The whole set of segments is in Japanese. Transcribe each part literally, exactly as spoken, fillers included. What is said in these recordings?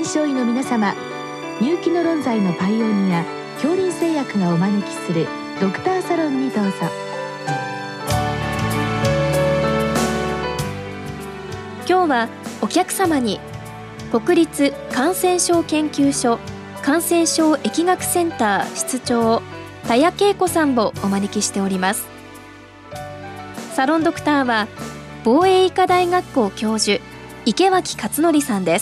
症医の皆様、入気の論剤のパイオニア恐林製薬がお招きするドクターサロンにどうぞ。 今日はお客様に国立感染症研究所感染症疫学センター室長田谷恵子さんをお招きしております。サロンドクターは防衛医科大学校教授池脇勝則さんです。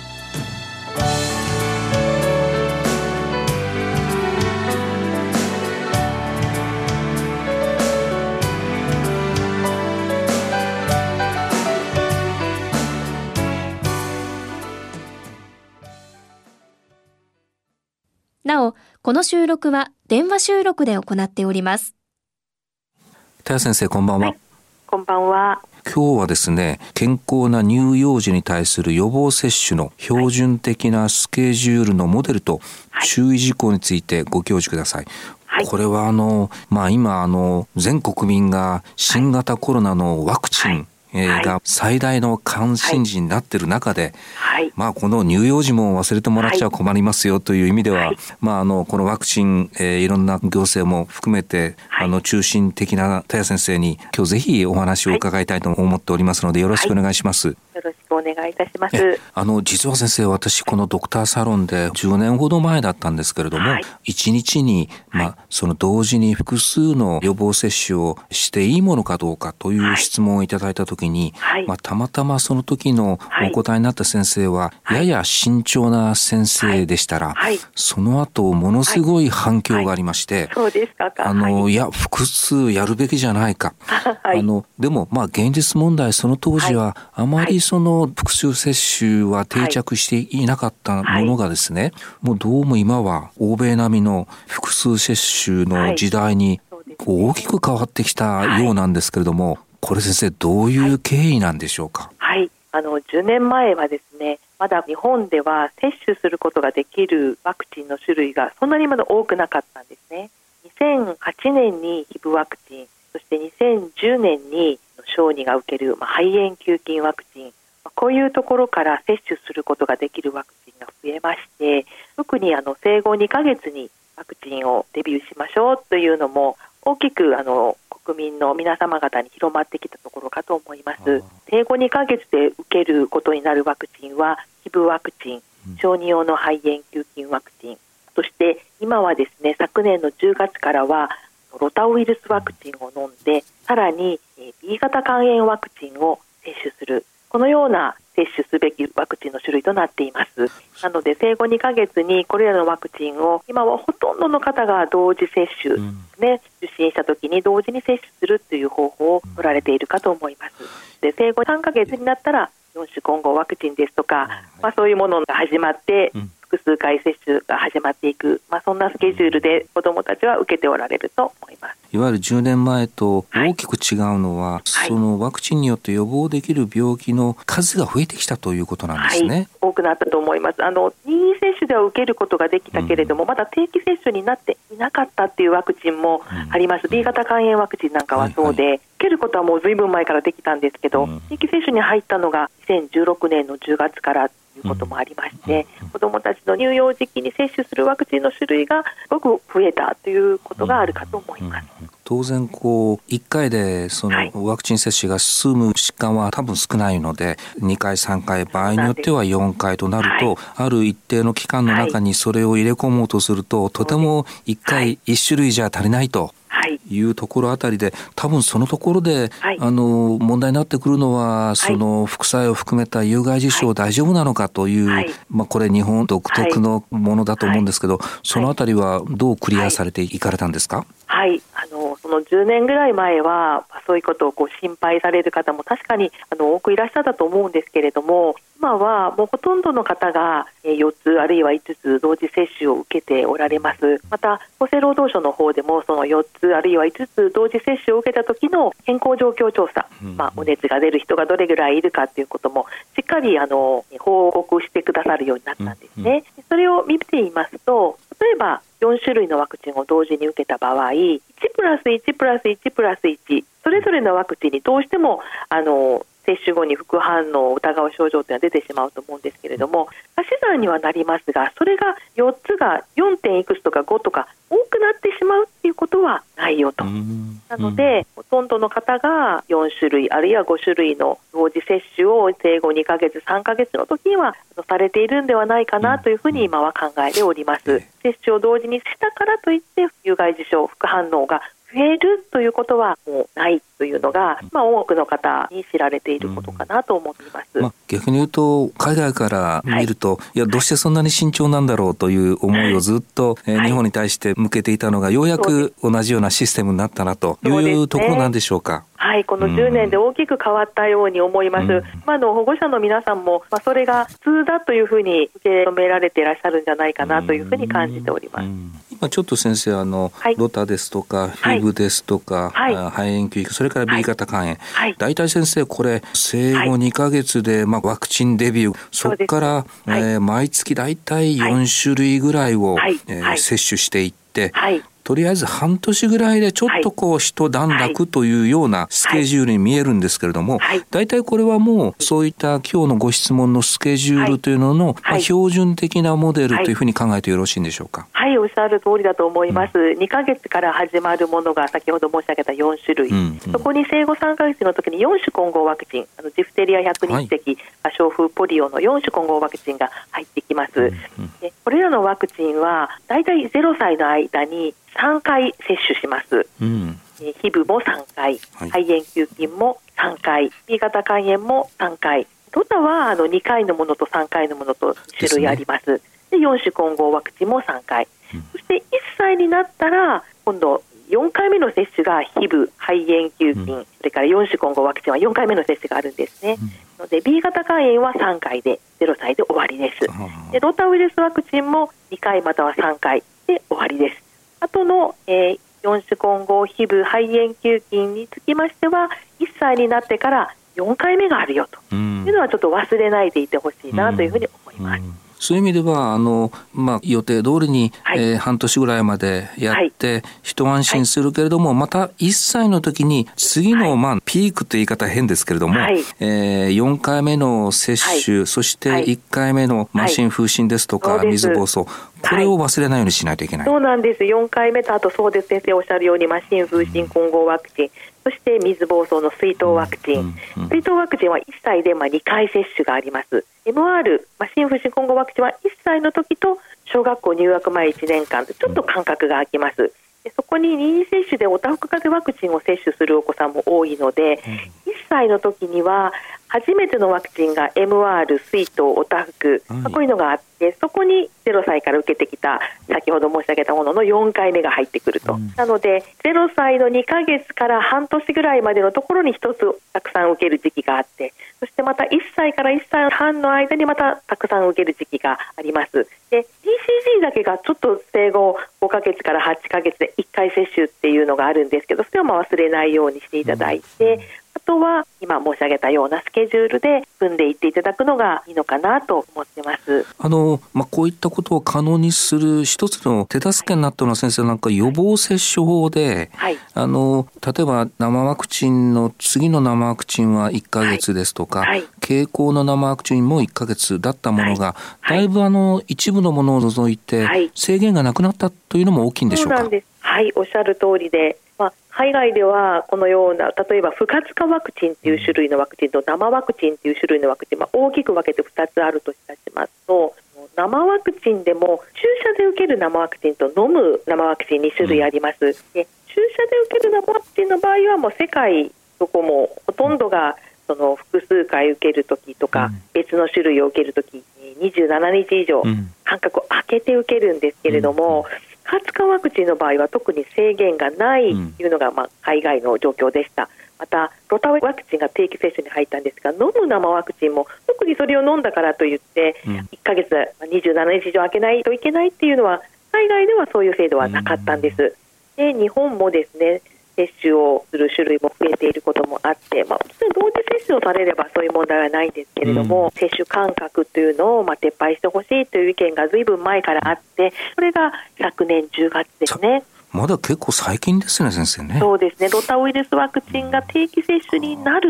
なお、この収録は電話収録で行っております。 田谷先生、こんばんは。 はい、こんばんは。 今日はですね、健康な乳幼児に対する予防接種の標準的なスケジュールのモデルと注意事項についてご教示ください。はい、これはあの、まあ、今あの全国民が新型コロナのワクチン、はいが最大の関心事になっている中で、はい、まあこの乳幼児も忘れてもらっちゃ困りますよという意味では、はい、まああのこのワクチン、えー、いろんな行政も含めて、はい、あの中心的な田谷先生に今日ぜひお話を伺いたいと思っておりますので、よろしくお願いします。はい、 よろしくお願いいたします。 あの実は先生、私このドクターサロンでじゅうねんほど前だったんですけれども、はい、いちにちに、まあ、その同時に複数の予防接種をしていいものかどうかという質問をいただいたときに、はい、まあ、たまたまその時のお答えになった先生は、はい、やや慎重な先生でしたら、はいはい、その後ものすごい反響がありまして、 そうですか。 あの、いや複数やるべきじゃないか、はい、あのでもまあ現実問題その当時はあまりその複数接種は定着していなかったものがですね、もうどうも今は欧米並みの複数接種の時代に大きく変わってきたようなんですけれども、これ先生、どういう経緯なんでしょうか。 はい、はい、あのじゅうねんまえはですね、まだ日本では接種することができるワクチンの種類がそんなにまだ多くなかったんですね。にせんはちねんにヒブワクチン、そしてにせんじゅうねんに小児が受ける、まあ、肺炎球菌ワクチン、こういうところから接種することができるワクチンが増えまして、特にあの生後にかげつにワクチンをデビューしましょうというのも大きくあの国民の皆様方に広まってきたところかと思います。生後にかげつで受けることになるワクチンはヒブワクチン、小児用の肺炎球菌ワクチン、そして今はですね、昨年のじゅうがつからはロタウイルスワクチンを飲んで、さらに B 型肝炎ワクチンを接種する、このような接種すべきワクチンの種類となっています。なので生後にかげつにこれらのワクチンを今はほとんどの方が同時接種、うんね、受診した時に同時に接種するという方法を取られているかと思います。で生後さんかげつになったらよん種混合ワクチンですとか、まあ、そういうものが始まって、うん、複数回接種が始まっていく、まあ、そんなスケジュールで子どもたちは受けておられると思います。 いわゆるじゅうねんまえと大きく違うのは、はい、そのワクチンによって予防できる病気の数が増えてきたということなんですね。はい、 多くなったと思います。あの任意接種では受けることができたけれども、うん、まだ定期接種になっていなかったっていうワクチンもあります。うん、B 型肝炎ワクチンなんかはそうで、はいはい、受けることはもうずいぶん前からできたんですけど、うん、定期接種に入ったのがにせんじゅうろくねんのじゅうがつからということもありまして、うんうん、子どもたちの乳幼児期に接種するワクチンの種類がすごく増えたということがあるかと思います。 うんうん、当然こういっかいでそのワクチン接種が進む疾患は多分少ないので、にかいさんかい、場合によってはよんかいとなると、はい、ある一定の期間の中にそれを入れ込もうとすると、とてもいっかいいち種類じゃ足りないというところあたりで、多分そのところで、はい、あの問題になってくるのは、その副作用を含めた有害事象大丈夫なのかという、はい、まあ、これ日本独特のものだと思うんですけど、はい、そのあたりはどうクリアされていかれたんですか。 はい、あのそのじゅうねんぐらい前はそういうことをこう心配される方も確かにあの多くいらっしゃったと思うんですけれども、今はもうほとんどの方がよっつあるいはいつつ同時接種を受けておられます。また厚生労働省の方でもそのよっつあるいはいつつ同時接種を受けた時の健康状況調査、うん、まあ、お熱が出る人がどれぐらいいるかということもしっかりあの報告してくださるようになったんですね。うん、それを見ていますと、例えばよん種類のワクチンを同時に受けた場合、いちプラスいちプラスいちプラスいち、それぞれのワクチンにどうしてもあの接種後に副反応を疑う症状というのは出てしまうと思うんですけれども、足し算にはなりますが、それがよっつが よん. 点いくつとかごとか多くなってしまうっていうことはないよと。なので、ほとんどの方がよんしゅるいあるいはごしゅるいの同時接種を生後にかげつさんかげつの時にはされているんではないかなというふうに今は考えております。接種を同時にしたからといって有害事象副反応が増えるということはもうないというのが、まあ、多くの方に知られていることかなと思っています、 まあ、逆に言うと海外から見ると、はい、いやどうしてそんなに慎重なんだろうという思いをずっと、えーはい、日本に対して向けていたのがようやく同じようなシステムになったなというところなんでしょうか。 はい、このじゅうねんで大きく変わったように思います、うん、今の保護者の皆さんも、まあ、それが普通だというふうに受け止められていらっしゃるんじゃないかなというふうに感じております、うん、 今ちょっと先生あの、はい、ロタですとかフィブですとか、はい、肺炎球菌それから ビー 型肝炎、はい、大体先生これ生後にかげつで、まあ、ワクチンデビューそこから、はいえー、毎月大体よんしゅるいぐらいを、はいえー、接種していって、はいとりあえず半年ぐらいでちょっとこう一段落というようなスケジュールに見えるんですけれども、大体これはもうそういった今日のご質問のスケジュールというのの、まあ、標準的なモデルというふうに考えてよろしいんでしょうか。 はい、おっしゃる通りだと思います、うん、にかげつから始まるものが先ほど申し上げたよんしゅるい、うんうん、そこに生後さんかげつの時によんしゅ混合ワクチンあのジフテリア百日咳、はい、破傷風ポリオのよんしゅ混合ワクチンが入ってきます、うんうん、でこれらのワクチンは大体ゼロさいの間にさんかい接種します、うん、ヒブもさんかい、はい、肺炎球菌もさんかい ビー 型肝炎もさんかいロタはあのにかいのものとさんかいのものと種類あります。でよんしゅ混合ワクチンもさんかい、うん、そしていっさいになったら今度よんかいめの接種がヒブ肺炎球菌、うん、それからよんしゅ混合ワクチンはよんかいめの接種があるんですね、うん、ので ビー 型肝炎はさんかいでゼロさいで終わりです。でロタウイルスワクチンもにかいまたはさんかいで終わりです。あとの、えー、よん種混合ヒブ肺炎球菌につきましてはいっさいになってからよんかいめがあるよというのはちょっと忘れないでいてほしいなというふうに思います。うんうん、 そういう意味ではあの、まあ、予定通りに、はいえー、半年ぐらいまでやって、はい、一安心するけれども、はい、またいっさいの時に次の、はいまあ、ピークという言い方は変ですけれども、はいえー、よんかいめの接種、はい、そしていっかいめのマシン風疹ですとか、はい、水疱瘡これを忘れないようにしないといけない。 そうなんです。よんかいめとあとそうです先生おっしゃるようにマシン風疹混合ワクチン、うん、そして水疱瘡の水痘ワクチン、うんうん、水痘ワクチンはいっさいでまあにかい接種があります。 エムアール マシン風疹混合ワクチンはいっさいの時と小学校入学前いちねんかんとちょっと間隔が空きます。でそこに任意接種でオタフク風邪ワクチンを接種するお子さんも多いので、うん、いっさいの時には初めてのワクチンが エムアール、水痘、オタフク、はいまあ、こういうのがあってそこにゼロさいから受けてきた先ほど申し上げたもののよんかいめが入ってくると、うん、なのでゼロさいのにかげつから半年ぐらいまでのところに一つたくさん受ける時期があってそしてまたいっさいからいっさいはんの間にまたたくさん受ける時期があります。で ティーシージー だけがちょっと生後ごかげつからはちかげつでいっかい接種っていうのがあるんですけどそれはまあ忘れないようにしていただいて、うんあとは今申し上げたようなスケジュールで組んでいっていただくのがいいのかなと思ってます。 あの、まあ、こういったことを可能にする一つの手助けになったのは先生なんか予防接種法で、はい、あの例えば生ワクチンの次の生ワクチンはいっかげつですとか、はいはい、経口の生ワクチンもいっかげつだったものが、はい、だいぶあの一部のものを除いて制限がなくなったというのも大きいんでしょうか。 そうなんです。はい、おっしゃる通りでまあ、海外ではこのような例えば不活化ワクチンという種類のワクチンと生ワクチンという種類のワクチン、まあ、大きく分けてふたつあるといたしますと生ワクチンでも注射で受ける生ワクチンと飲む生ワクチンに種類あります、うん、で注射で受ける生ワクチンの場合はもう世界どこもほとんどがその複数回受けるときとか、うん、別の種類を受けるときににじゅうななにち以上間隔を空けて受けるんですけれども、うん活化ワクチンの場合は特に制限がないというのが、まあ、海外の状況でした。またロタワクチンが定期接種に入ったんですが飲む生ワクチンも特にそれを飲んだからといって、うん、いっかげつにじゅうななにち以上空けないといけないっていうのは海外ではそういう制度はなかったんです。で日本もですね接種をする種類も増えていることもあって、まあ、同時接種をされればそういう問題はないんですけれども、うん、接種間隔というのをまあ撤廃してほしいという意見がずいぶん前からあってそれが昨年じゅうがつですね。 まだ結構最近ですね先生ね。 そうですねロタウイルスワクチンが定期接種になるとい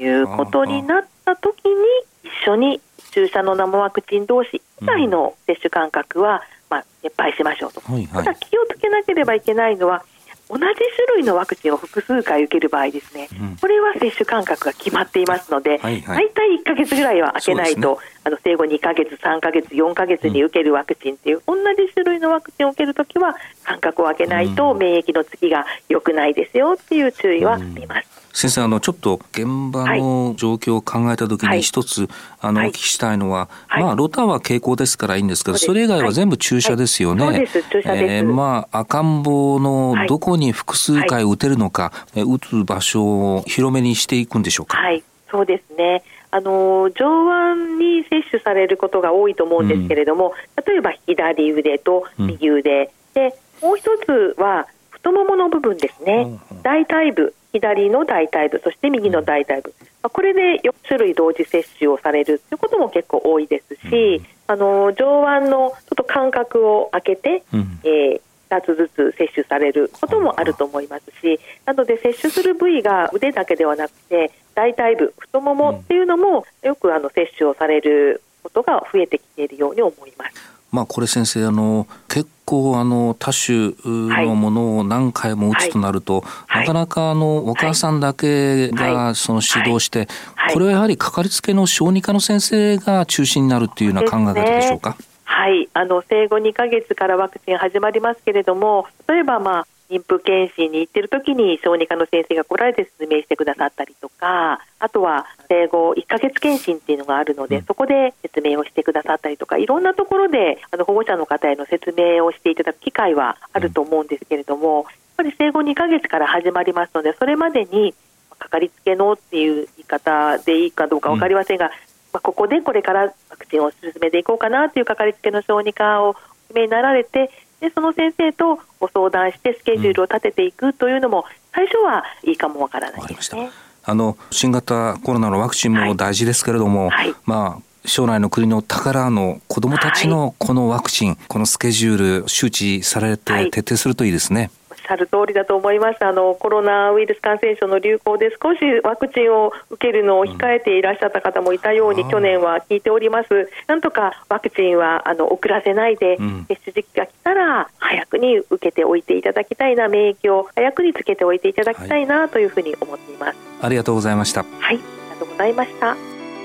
いうことになった時に一緒に注射の生ワクチン同士以外の接種間隔は、まあ、撤廃しましょうと、はいはい、ただ気をつけなければいけないのは同じ種類のワクチンを複数回受ける場合ですね、うん、これは接種間隔が決まっていますので、はいはい、大体いっかげつぐらいは空けないと、ね、あの生後にかげつさんかげつよんかげつに受けるワクチンっていう、うん、同じ種類のワクチンを受けるときは間隔を空けないと免疫のつきが良くないですよっていう注意はあります。 うん、先生、あのちょっと現場の状況を考えたときに一つ、はい、あのお聞きしたいのは、はい、まあ、ロタは経口ですからいいんですけど、それ以外は全部注射ですよね。 はいはい、そうです、注射です。 えー、まあ、赤ん坊のどこに複数回打てるのか、はい、打つ場所を広めにしていくんでしょうか。 はい、そうですね。あの上腕に接種されることが多いと思うんですけれども、うん、例えば左腕と右腕、うん、でもう一つは太ももの部分ですね、うん、大腿部、左の大腿部、そして右の大腿部、うん、これでよん種類同時接種をされるということも結構多いですし、うん、あの上腕のちょっと間隔を空けて、うん、えーふたつずつ接種されることもあると思いますし、なので接種する部位が腕だけではなくて大腿部、太ももっていうのもよくあの接種をされることが増えてきているように思います。 まあ、これ先生、あの結構あの多種のものを何回も打つとなると、はいはい、なかなかあのお母さんだけがその指導して、はいはい、これはやはりかかりつけの小児科の先生が中心になるというような考え方でしょうか。 はい、あの生後にかげつからワクチン始まりますけれども、例えば、まあ、妊婦検診に行っているときに小児科の先生が来られて説明してくださったりとか、あとは生後いっかげつ検診っていうのがあるので、うん、そこで説明をしてくださったりとか、いろんなところであの保護者の方への説明をしていただく機会はあると思うんですけれども、やっぱり生後にかげつから始まりますので、それまでにかかりつけのっていう言い方でいいかどうか分かりませんが、うん、まあ、ここでこれからワクチンを進めていこうかなというかかりつけの小児科をお決めになられて、でその先生とご相談してスケジュールを立てていくというのも最初はいいかもわからないですね。 あの新型コロナのワクチンも大事ですけれども、はいはい、まあ、将来の国の宝の子どもたちのこのワクチン、はい、このスケジュール周知されて徹底するといいですね。 おっしゃる通りだと思います。あのコロナウイルス感染症の流行で少しワクチンを受けるのを控えていらっしゃった方もいたように、うん、去年は聞いております。なんとかワクチンはあの遅らせないで、うん、接種時期が来たら早くに受けておいていただきたいな、免疫を早くにつけておいていただきたいな、はい、というふうに思っています。 ありがとうございました。 はい、ありがとうございました。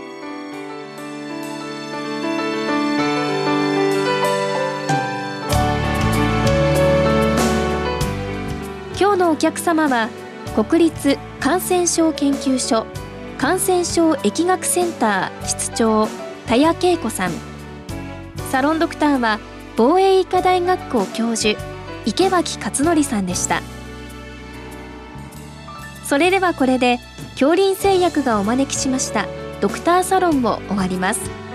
今日のお客様は国立感染症研究所感染症疫学センター室長田谷恵子さん、サロンドクターは防衛医科大学校教授池脇勝則さんでした。それではこれで恐林製薬がお招きしましたドクターサロンを終わります。